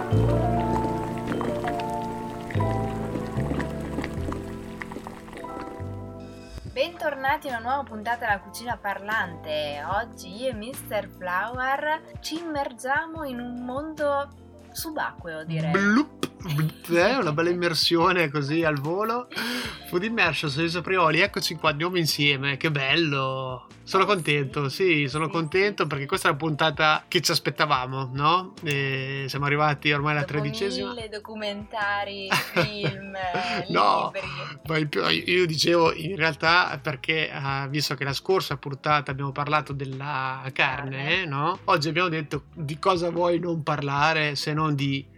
Bentornati a una nuova puntata della Cucina Parlante. Oggi io e Mr. Flower ci immergiamo in un mondo subacqueo, direi. Una bella immersione così al volo. Food Immersion, Sorriso Prioli, eccoci qua, andiamo insieme, che bello. Sono contento, sì, contento perché questa è la puntata che ci aspettavamo, no? E siamo arrivati ormai alla 13ª. 1000 documentari, film, no, libri. Io dicevo in realtà perché visto che la scorsa puntata abbiamo parlato della carne, no? Oggi abbiamo detto di cosa vuoi non parlare se non di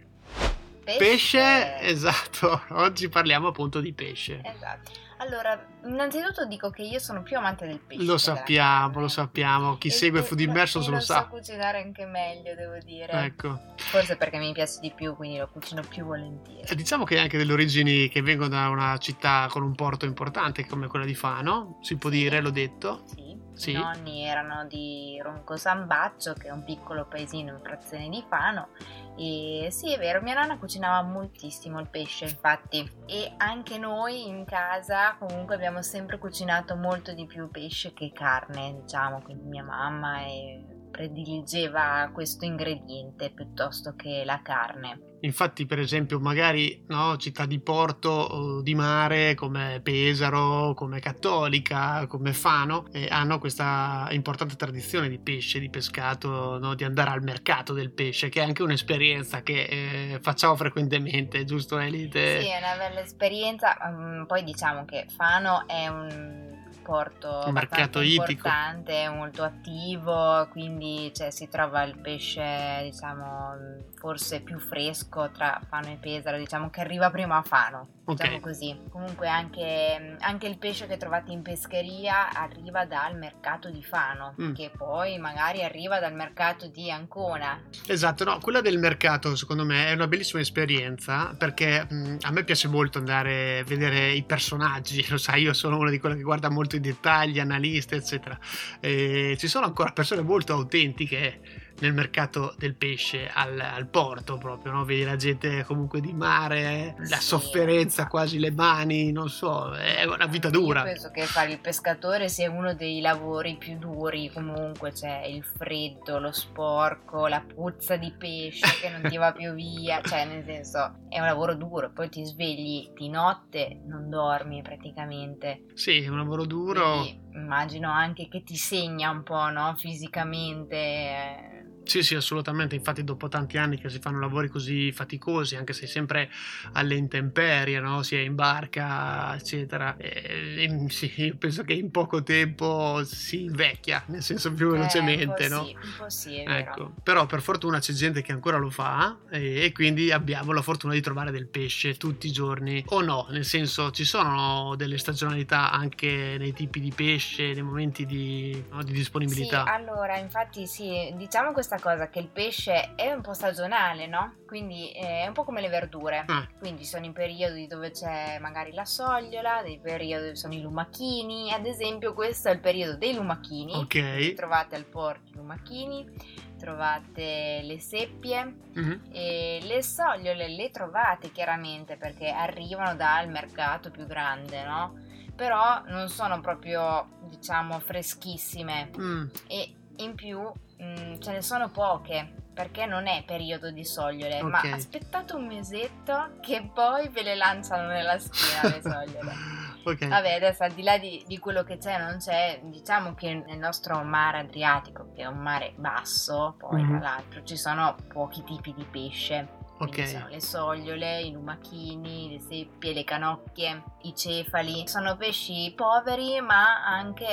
pesce. Esatto, oggi parliamo appunto di pesce. Esatto. Allora, innanzitutto dico che io sono più amante del pesce. Lo sappiamo, chi segue Food Immersion lo sa. Lo so cucinare anche meglio, devo dire. Ecco. Forse perché mi piace di più, quindi lo cucino più volentieri. Diciamo che anche delle origini che vengono da una città con un porto importante come quella di Fano, si può dire, l'ho detto. Sì. I nonni erano di Roncosambaccio, che è un piccolo paesino in frazione di Fano. E sì, è vero, mia nonna cucinava moltissimo il pesce, infatti, e anche noi in casa comunque abbiamo sempre cucinato molto di più pesce che carne, diciamo, quindi mia mamma prediligeva questo ingrediente piuttosto che la carne. Infatti, per esempio, magari città di porto o di mare come Pesaro, come Cattolica, come Fano, hanno questa importante tradizione di pesce, di pescato, di andare al mercato del pesce, che è anche un'esperienza che facciamo frequentemente, giusto Elite? Sì, è una bella esperienza. Poi diciamo che Fano è un porto mercato importante, molto attivo, quindi si trova il pesce, diciamo, forse più fresco tra Fano e Pesaro, diciamo che arriva prima a Fano, diciamo così. Comunque anche il pesce che trovate in pescheria arriva dal mercato di Fano, che poi magari arriva dal mercato di Ancona. Esatto, quella del mercato secondo me è una bellissima esperienza, perché a me piace molto andare a vedere i personaggi, lo sai, io sono uno di quelli che guarda molto i dettagli, analista eccetera, ci sono ancora persone molto autentiche nel mercato del pesce al porto proprio, no? Vedi la gente comunque di mare, la sofferenza, quasi le mani, non so, è una vita dura. Io penso che fare il pescatore sia uno dei lavori più duri, comunque c'è il freddo, lo sporco, la puzza di pesce che non ti va più via, nel senso è un lavoro duro, poi ti svegli di notte, non dormi praticamente. Sì, è un lavoro duro. Quindi immagino anche che ti segna un po', no? Fisicamente. Sì, assolutamente, infatti dopo tanti anni che si fanno lavori così faticosi, anche se sempre alle intemperie, no? Si è in barca, eccetera, sì, io penso che in poco tempo si invecchia, nel senso più velocemente, no? Un po' sì, è vero. Ecco, però per fortuna c'è gente che ancora lo fa e quindi abbiamo la fortuna di trovare del pesce tutti i giorni, o no? Nel senso, ci sono delle stagionalità anche nei tipi di pesce, nei momenti di disponibilità? Sì, allora, infatti sì, diciamo questa cosa che il pesce è un po' stagionale, no? Quindi è un po' come le verdure, quindi sono in periodi dove c'è magari la sogliola, dei periodi dove sono i lumachini, ad esempio questo è il periodo dei lumachini, trovate al porto i lumachini, trovate le seppie e le sogliole le trovate chiaramente perché arrivano dal mercato più grande, no? Però non sono proprio, diciamo, freschissime e in più ce ne sono poche perché non è periodo di sogliole, ma aspettate un mesetto che poi ve le lanciano nella schiena le sogliole. Vabbè, adesso al di là di quello che c'è non c'è, diciamo che nel nostro mare Adriatico, che è un mare basso, poi tra l'altro ci sono pochi tipi di pesce. Quindi sono le sogliole, i lumachini, le seppie, le canocchie, i cefali. Sono pesci poveri ma anche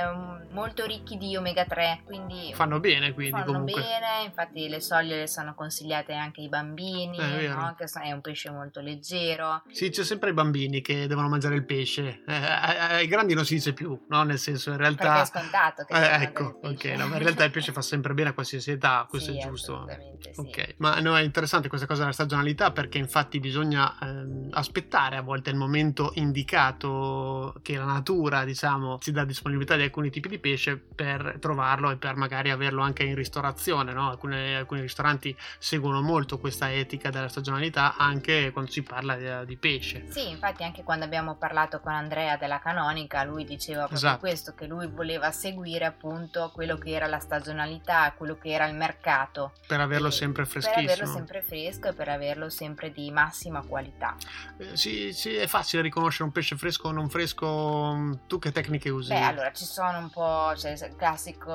molto ricchi di omega 3, quindi fanno bene, comunque. Bene, infatti le sogliole sono consigliate anche ai bambini, no? Che è un pesce molto leggero. Sì, c'è sempre i bambini che devono mangiare il pesce, ai grandi non si dice più, no? Nel senso, in realtà perché è scontato che in realtà il pesce fa sempre bene a qualsiasi età, questo è giusto. Sì. Ma no, è interessante questa cosa della stagionalità, perché infatti bisogna aspettare a volte il momento indicato che la natura, diciamo, ci dà disponibilità di alcuni tipi di pesce per trovarlo e per magari averlo anche in ristorazione, no? Alcuni ristoranti seguono molto questa etica della stagionalità anche quando si parla di pesce. Sì, infatti anche quando abbiamo parlato con Andrea della Canonica, lui diceva proprio questo, che lui voleva seguire appunto quello che era la stagionalità, quello che era il mercato, per averlo sempre freschissimo, per averlo sempre fresco e per averlo sempre di massima qualità. Sì, è facile riconoscere un pesce fresco o non fresco. Tu che tecniche usi? Beh, allora ci sono un po', c'è il classico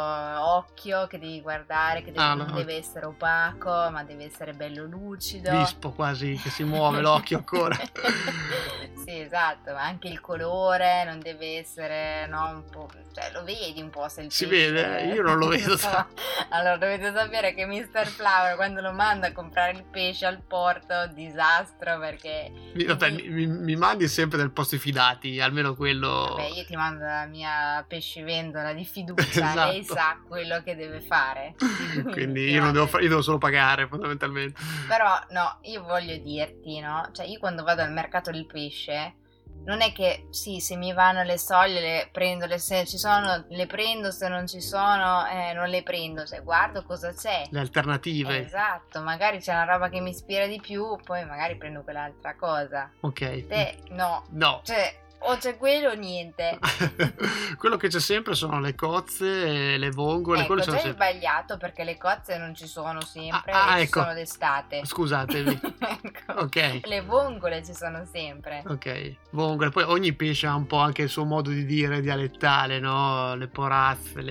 occhio che devi guardare, che non deve essere opaco, ma deve essere bello lucido, vispo quasi, che si muove l'occhio ancora. Sì, esatto, ma anche il colore non deve essere, no, un po', cioè lo vedi un po' se il pesce... Si vede? Io non lo vedo. Allora dovete sapere che Mr. Flower quando lo manda a comprare il pesce al porto, disastro, perché... mi mandi sempre del posti fidati, almeno quello... Vabbè, io ti mando la mia pescivendola di fiducia, esatto. Lei sa quello che deve fare. Quindi io non devo io devo solo pagare fondamentalmente. Però no, io voglio dirti, no? Cioè io quando vado al mercato del pesce non è che sì, se mi vanno le soglie le prendo, se ci sono le prendo, se non ci sono non le prendo, cioè guardo cosa c'è, le alternative. Esatto, magari c'è una roba che mi ispira di più, poi magari prendo quell'altra cosa. Ok. Te no. Cioè o c'è quello o niente. Quello che c'è sempre sono le cozze, le vongole. Ecco, già è sbagliato, perché le cozze non ci sono sempre, ecco. Ci sono d'estate. Scusatemi. Ecco. Ok. Le vongole ci sono sempre. Ok, vongole. Poi ogni pesce ha un po' anche il suo modo di dire dialettale, no? Le porazze,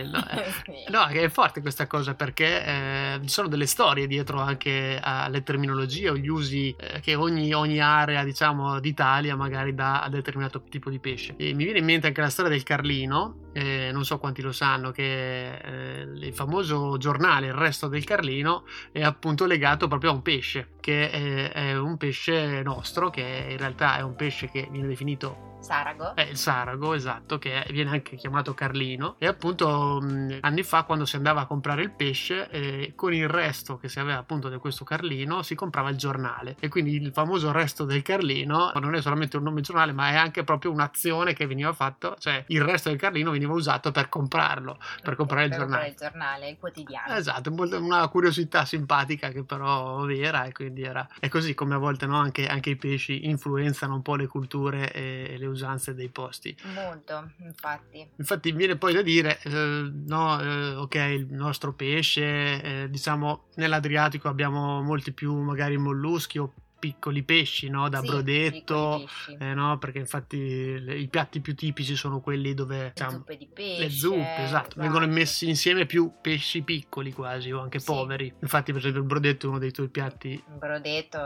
Sì. No, che è forte questa cosa, perché ci sono delle storie dietro anche alle terminologie o gli usi che ogni area, diciamo, d'Italia magari dà a determinati tipo di pesce. E mi viene in mente anche la storia del Carlino, non so quanti lo sanno, che il famoso giornale Il Resto del Carlino è appunto legato proprio a un pesce, che è un pesce nostro, che in realtà è un pesce che viene definito Sarago. Il sarago, esatto, che viene anche chiamato Carlino. E appunto anni fa, quando si andava a comprare il pesce, con il resto che si aveva appunto di questo Carlino si comprava il giornale, e quindi il famoso Resto del Carlino non è solamente un nome giornale, ma è anche proprio un'azione che veniva fatta, cioè il resto del Carlino veniva usato per comprarlo, per comprare il giornale. Il giornale, il quotidiano. Esatto, una curiosità simpatica che però vera, e quindi è così come a volte, no, anche i pesci influenzano un po' le culture e le usanze dei posti. Molto, infatti mi viene poi da dire ok, il nostro pesce, diciamo nell'Adriatico abbiamo molti più magari molluschi o piccoli pesci, no? Da brodetto, no? Perché infatti i piatti più tipici sono quelli dove le zuppe di pesce, le zuppe, esatto, vengono messi insieme più pesci piccoli quasi, o anche poveri. Infatti per esempio il brodetto è uno dei tuoi piatti. Il brodetto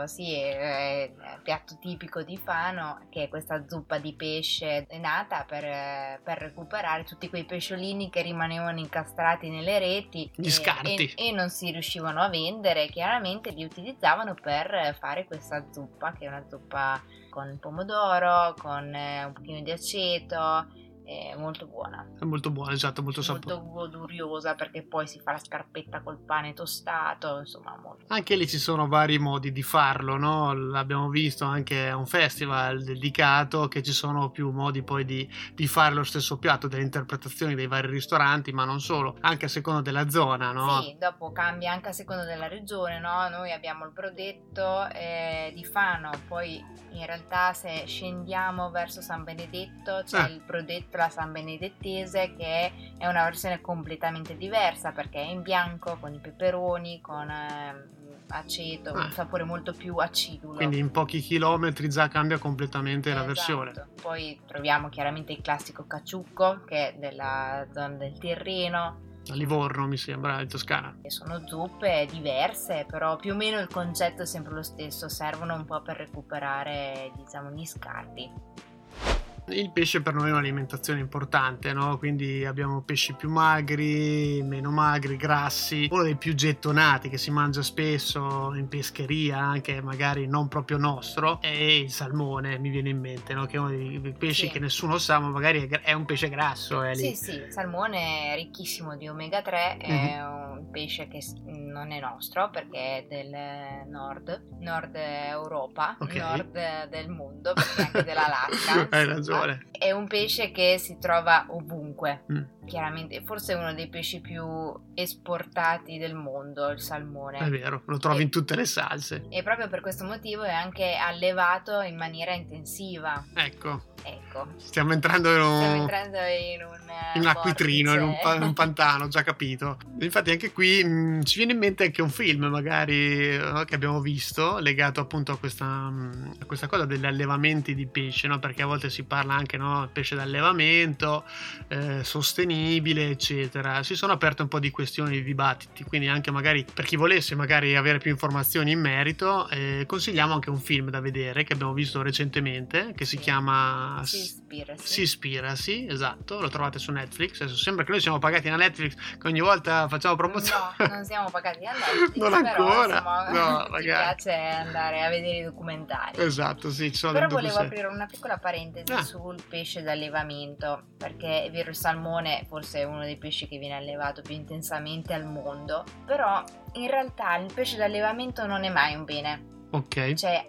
è il piatto tipico di Fano, che è questa zuppa di pesce nata per recuperare tutti quei pesciolini che rimanevano incastrati nelle reti, gli scarti, e non si riuscivano a vendere. Chiaramente li utilizzavano per fare questa zuppa, che è una zuppa con il pomodoro, con un pochino di aceto, è molto buona. È molto buona, esatto, molto saporosa. Molto goduriosa, perché poi si fa la scarpetta col pane tostato, insomma molto. Anche lì ci sono vari modi di farlo, no? L'abbiamo visto anche a un festival dedicato, che ci sono più modi poi di fare lo stesso piatto, delle interpretazioni dei vari ristoranti, ma non solo, anche a seconda della zona, no? Sì, dopo cambia anche a seconda della regione, no? Noi abbiamo il brodetto di Fano, poi in realtà se scendiamo verso San Benedetto c'è il brodetto la San Benedettese, che è una versione completamente diversa, perché è in bianco con i peperoni, con aceto, un sapore molto più acidulo. Quindi in pochi chilometri già cambia completamente la versione. Poi troviamo chiaramente il classico caciucco, che è della zona del Tirreno, a Livorno mi sembra, in Toscana. E sono zuppe diverse, però più o meno il concetto è sempre lo stesso, servono un po' per recuperare, diciamo, gli scarti. Il pesce per noi è un'alimentazione importante, no? Quindi abbiamo pesci più magri, meno magri, grassi. Uno dei più gettonati che si mangia spesso in pescheria, anche magari non proprio nostro, è il salmone, mi viene in mente, no? Che è uno dei pesci che nessuno sa, ma magari è un pesce grasso. Sì, il salmone è ricchissimo di omega 3, è un pesce che non è nostro perché è del nord Europa, Okay. nord del mondo, perché anche dell'Alaska. Hai ragione. È un pesce che si trova ovunque. Mm. Chiaramente, forse è uno dei pesci più esportati del mondo, il salmone. È vero, lo trovi in tutte le salse. E proprio per questo motivo è anche allevato in maniera intensiva. Ecco, Ecco, stiamo entrando in un acquitrino, in un pantano, ho già capito. Infatti anche qui ci viene in mente anche un film magari che abbiamo visto legato appunto a questa cosa degli allevamenti di pesce, no? Perché a volte si parla anche, no, pesce d'allevamento sostenibile, eccetera. Si sono aperte un po' di questioni, di dibattiti, quindi anche magari per chi volesse magari avere più informazioni in merito, consigliamo anche un film da vedere che abbiamo visto recentemente che si chiama Seaspiracy, esatto, lo trovate su Netflix. Adesso sembra che noi siamo pagati da Netflix, che ogni volta facciamo promozione. No, non siamo pagati da Netflix. Non ancora. Però, No, ci ragazzi, piace andare a vedere i documentari. esatto, sì, ci sono Però dei volevo docuserie. aprire una piccola parentesi sul pesce d'allevamento, perché è vero, il salmone forse è uno dei pesci che viene allevato più intensamente al mondo, però in realtà il pesce d'allevamento non è mai un bene. Ok. Cioè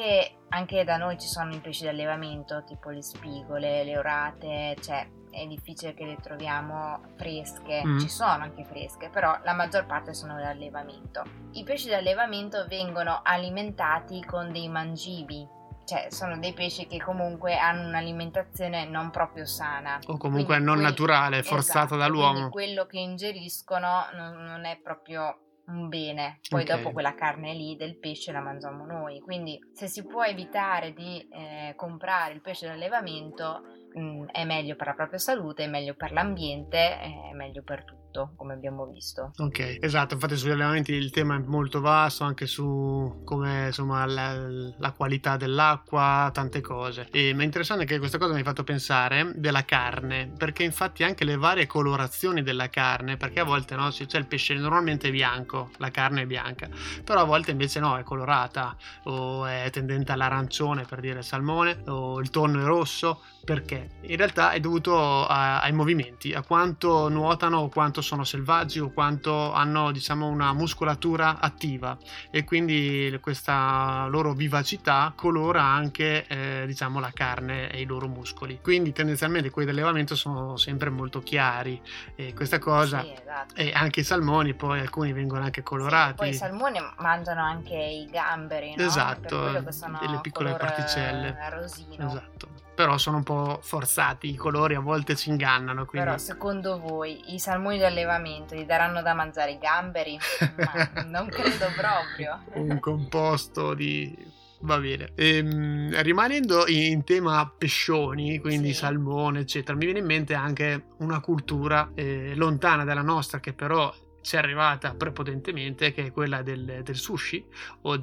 anche da noi ci sono i pesci d'allevamento, tipo le spigole, le orate, cioè è difficile che le troviamo fresche. Ci sono anche fresche, però la maggior parte sono d'allevamento. I pesci d'allevamento vengono alimentati con dei mangibi, cioè sono dei pesci che comunque hanno un'alimentazione non proprio sana. O comunque Quindi non naturale, forzata esatto, dall'uomo. quindi quello che ingeriscono non è proprio un bene. Poi Ok. dopo quella carne lì del pesce la mangiamo noi, quindi se si può evitare di comprare il pesce d'allevamento, è meglio per la propria salute, è meglio per l'ambiente, è meglio per tutto, come abbiamo visto. Ok, esatto, infatti sugli allevamenti il tema è molto vasto, anche su come insomma la qualità dell'acqua, tante cose. Ma è interessante che questa cosa mi ha fatto pensare della carne, perché infatti anche le varie colorazioni della carne, perché a volte no, c'è il pesce normalmente bianco, la carne è bianca, però a volte invece no, è colorata o è tendente all'arancione, per dire il salmone, o il tonno è rosso. Perché? In realtà è dovuto ai movimenti, a quanto nuotano o quanto sono selvaggi o quanto hanno, diciamo, una muscolatura attiva, e quindi questa loro vivacità colora anche diciamo la carne e i loro muscoli. Quindi tendenzialmente quelli d'allevamento sono sempre molto chiari, e questa cosa, sì, esatto. E anche i salmoni poi alcuni vengono anche colorati. Sì, poi i salmoni mangiano anche i gamberi, no? Esatto, per quello che sono delle piccole color particelle. rosino. Esatto. Però sono un po' forzati, i colori a volte ci ingannano. Quindi... Però secondo voi i salmoni d'allevamento gli daranno da mangiare i gamberi? Ma non credo proprio. Un composto di... Va bene. Rimanendo in tema pescioni, quindi Sì. salmone, eccetera, mi viene in mente anche una cultura lontana dalla nostra, che però ci è arrivata prepotentemente, che è quella del sushi o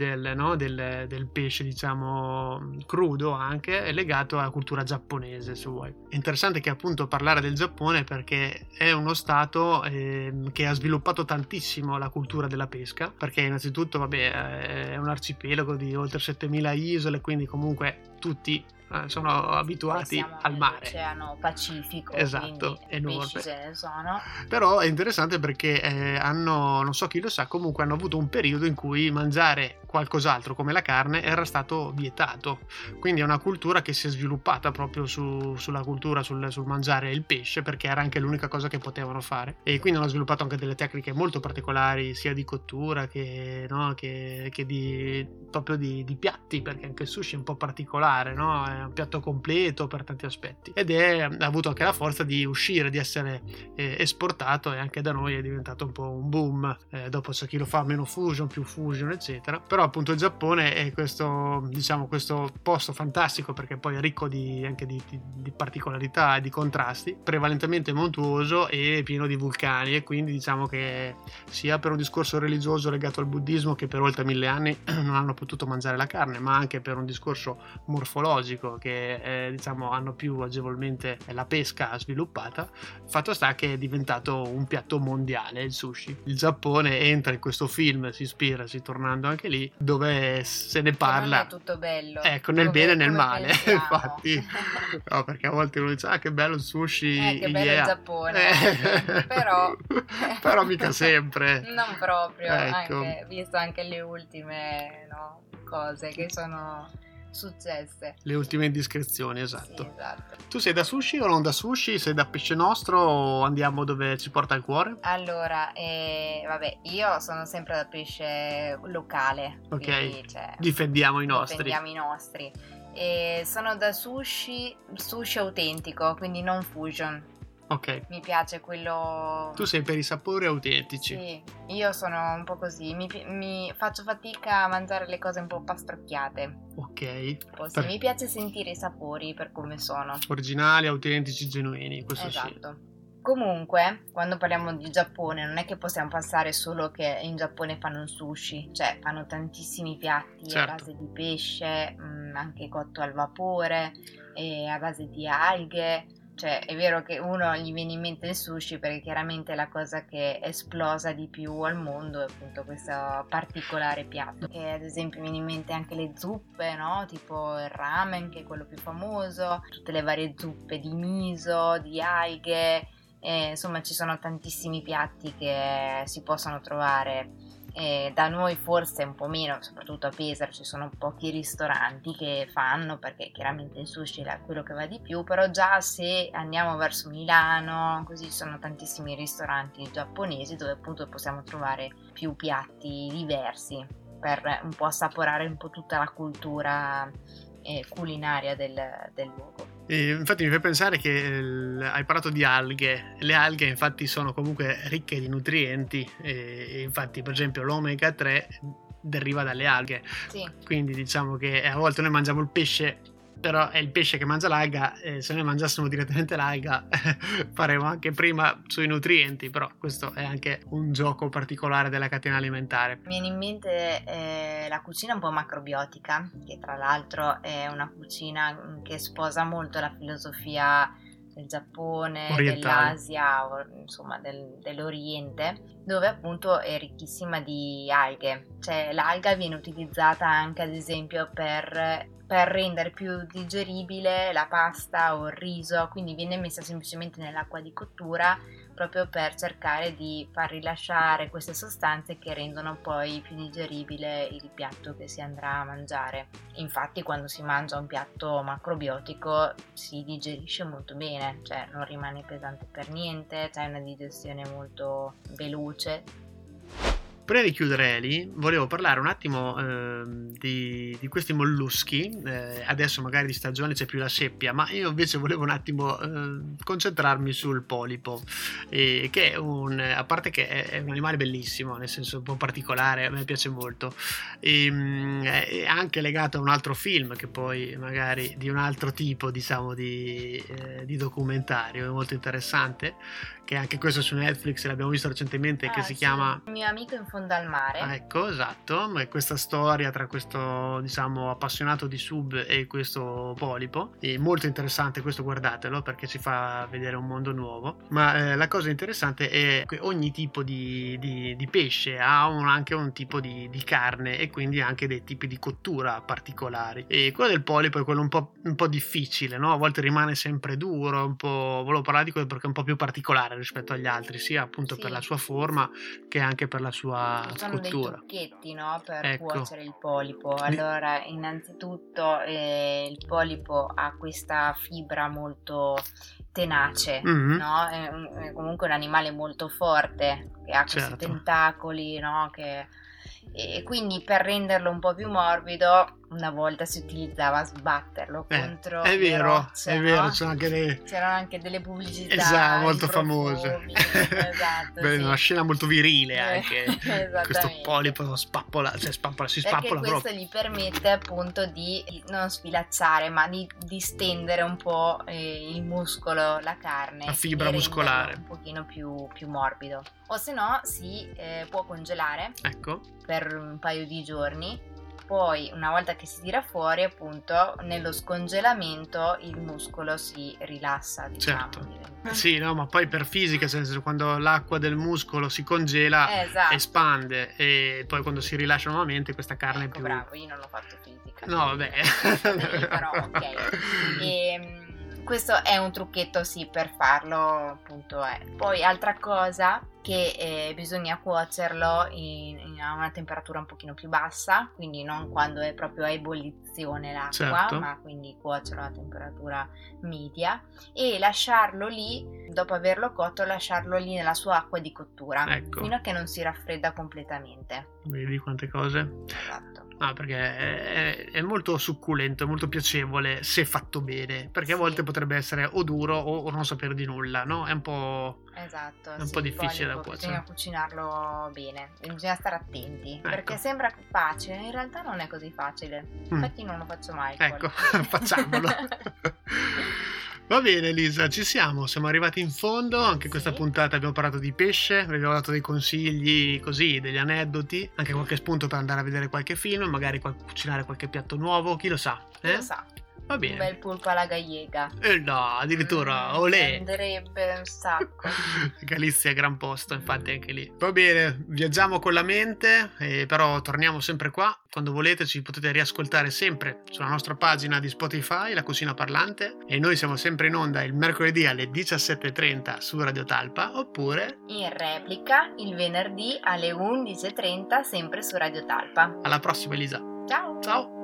del pesce, diciamo, crudo, anche, è legato alla cultura giapponese, se vuoi. È interessante che appunto parlare del Giappone, perché è uno stato che ha sviluppato tantissimo la cultura della pesca, perché innanzitutto, vabbè, è un arcipelago di oltre 7000 isole, quindi comunque tutti sono abituati al mare. L'Oceano Pacifico, esatto, quindi enorme. pesci ce ne sono. Però è interessante perché hanno, non so chi lo sa, comunque hanno avuto un periodo in cui mangiare qualcos'altro come la carne era stato vietato, quindi è una cultura che si è sviluppata proprio sulla cultura, sul mangiare il pesce, perché era anche l'unica cosa che potevano fare, e quindi hanno sviluppato anche delle tecniche molto particolari, sia di cottura che proprio di piatti, perché anche il sushi è un po' particolare, no? È un piatto completo per tanti aspetti, ed ha avuto anche la forza di uscire, di essere esportato, e anche da noi è diventato un po' un boom. Dopo c'è chi lo fa meno fusion, più fusion, eccetera. Però appunto il Giappone è questo, diciamo, questo posto fantastico, perché poi è ricco anche di particolarità e di contrasti, prevalentemente montuoso e pieno di vulcani, e quindi diciamo che sia per un discorso religioso legato al buddismo, che per oltre 1000 anni non hanno potuto mangiare la carne, ma anche per un discorso morfologico loro che diciamo hanno più agevolmente la pesca sviluppata. Fatto sta che è diventato un piatto mondiale il sushi. Il Giappone entra in questo film, si ispira, tornando anche lì, dove se ne parla. Non è tutto bello. Ecco, nel bene e nel male, pensiamo. infatti. No, perché a volte uno dice, che bello il sushi. Che bello il Giappone. Però mica sempre. Non proprio, ecco. Visto anche le ultime cose che sono successe. Le ultime indiscrezioni, esatto. Sì, esatto. Tu sei da sushi o non da sushi? Sei da pesce nostro o andiamo dove ci porta il cuore? Allora, io sono sempre da pesce locale. Ok, quindi, difendiamo i nostri. Difendiamo i nostri. E sono da sushi autentico, quindi non fusion. Ok. Mi piace quello. Tu sei per i sapori autentici. Sì, io sono un po' così. Mi faccio fatica a mangiare le cose un po' pastrocchiate. Ok. Mi piace sentire i sapori per come sono. Originali, autentici, genuini, questo esatto. Sì. Comunque, quando parliamo di Giappone, non è che possiamo passare solo che in Giappone fanno il sushi, cioè fanno tantissimi piatti a base di pesce, anche cotto al vapore, e a base di alghe. Cioè, è vero che uno gli viene in mente il sushi perché chiaramente è la cosa che è esplosa di più al mondo è appunto questo particolare piatto. E ad esempio mi viene in mente anche le zuppe, no? Tipo il ramen, che è quello più famoso, tutte le varie zuppe di miso, di alghe, insomma ci sono tantissimi piatti che si possono trovare. Da noi forse un po' meno, soprattutto a Pesaro ci sono pochi ristoranti che fanno, perché chiaramente il sushi è quello che va di più, però già se andiamo verso Milano, così ci sono tantissimi ristoranti giapponesi dove appunto possiamo trovare più piatti diversi per un po' assaporare un po' tutta la cultura culinaria del luogo. Infatti mi fa pensare che hai parlato di alghe. Le alghe infatti sono comunque ricche di nutrienti e infatti per esempio l'omega 3 deriva dalle alghe. Sì. Quindi diciamo che a volte noi mangiamo il pesce, però è il pesce che mangia l'alga, se noi mangiassimo direttamente l'alga faremo anche prima sui nutrienti, però questo è anche un gioco particolare della catena alimentare. Mi viene in mente la cucina un po' macrobiotica, che tra l'altro è una cucina che sposa molto la filosofia del Giappone, orientale, dell'Asia, insomma dell'Oriente, dove appunto è ricchissima di alghe. Cioè l'alga viene utilizzata anche ad esempio per rendere più digeribile la pasta o il riso, quindi viene messa semplicemente nell'acqua di cottura proprio per cercare di far rilasciare queste sostanze che rendono poi più digeribile il piatto che si andrà a mangiare. Infatti quando si mangia un piatto macrobiotico si digerisce molto bene, cioè non rimane pesante per niente, c'è una digestione molto veloce. Prima di chiudere, Eli, volevo parlare un attimo di questi molluschi. Adesso magari di stagione c'è più la seppia, ma io invece volevo un attimo concentrarmi sul polipo, che è a parte che è un animale bellissimo, nel senso un po' particolare, a me piace molto, è anche legato a un altro film che poi magari di un altro tipo, diciamo, di documentario, è molto interessante, che anche questo su Netflix l'abbiamo visto recentemente, che si chiama Il mio amico in fondo al mare. Ecco, esatto, è questa storia tra questo, diciamo, appassionato di sub e questo polipo, è molto interessante questo, guardatelo perché ci fa vedere un mondo nuovo, ma la cosa interessante è che ogni tipo di pesce ha anche un tipo di carne e quindi anche dei tipi di cottura particolari, e quello del polipo è quello un po' difficile, no? A volte rimane sempre duro, volevo parlare di quello perché è un po' più particolare rispetto agli altri, sia appunto per la sua forma che anche per la sua sono cottura. Dei trucchetti, no? Per ecco. Cuocere il polipo. Allora, innanzitutto il polipo ha questa fibra molto tenace, no? È comunque un animale molto forte che ha questi tentacoli, no? E quindi per renderlo un po' più morbido una volta si utilizzava sbatterlo contro le rocce, è vero, c'erano anche delle pubblicità, esatto, molto famose. Esatto, beh, sì. Una scena molto virile anche. Questo polipo si spappola perché questo proprio gli permette appunto di non sfilacciare, ma di distendere un po' il muscolo, la carne, la fibra muscolare, un pochino più morbido. O se no si può congelare, ecco, per un paio di giorni, poi una volta che si tira fuori, appunto, nello scongelamento il muscolo si rilassa, diciamo. Certo. Sì, no, ma poi per fisica, nel senso, quando l'acqua del muscolo si congela, esatto, espande, e poi quando si rilascia nuovamente questa carne ecco, più... bravo, io non ho fatto fisica. No, vabbè. Però ok. Questo è un trucchetto, sì, per farlo, appunto. Poi altra cosa, che bisogna cuocerlo a una temperatura un pochino più bassa, quindi non quando è proprio a ebollizione l'acqua, certo, ma quindi cuocerlo a temperatura media e lasciarlo lì, dopo averlo cotto, lasciarlo lì nella sua acqua di cottura, ecco, fino a che non si raffredda completamente. Vedi quante cose? Esatto. Ah, perché è molto succulento, è molto piacevole se fatto bene, perché a volte potrebbe essere o duro o non sapere di nulla, no? È un po'... Esatto, è un po' difficile da cuocere. Bisogna cucinarlo bene, bisogna stare attenti, Ecco. perché sembra facile, in realtà non è così facile. Infatti non lo faccio mai. Ecco, facciamolo. Va bene Elisa, ci siamo arrivati in fondo, anche questa puntata abbiamo parlato di pesce, vi abbiamo dato dei consigli così, degli aneddoti, anche qualche spunto per andare a vedere qualche film, magari cucinare qualche piatto nuovo, chi lo sa. Chi lo sa. Va bene. Un bel polpo alla gallega. No, addirittura, olè. Andrebbe un sacco. Galizia è gran posto, infatti anche lì. Va bene, viaggiamo con la mente, però torniamo sempre qua. Quando volete ci potete riascoltare sempre sulla nostra pagina di Spotify, La Cucina Parlante, e noi siamo sempre in onda il mercoledì alle 17:30 su Radio Talpa, oppure in replica il venerdì alle 11:30 sempre su Radio Talpa. Alla prossima Elisa. Ciao. Ciao.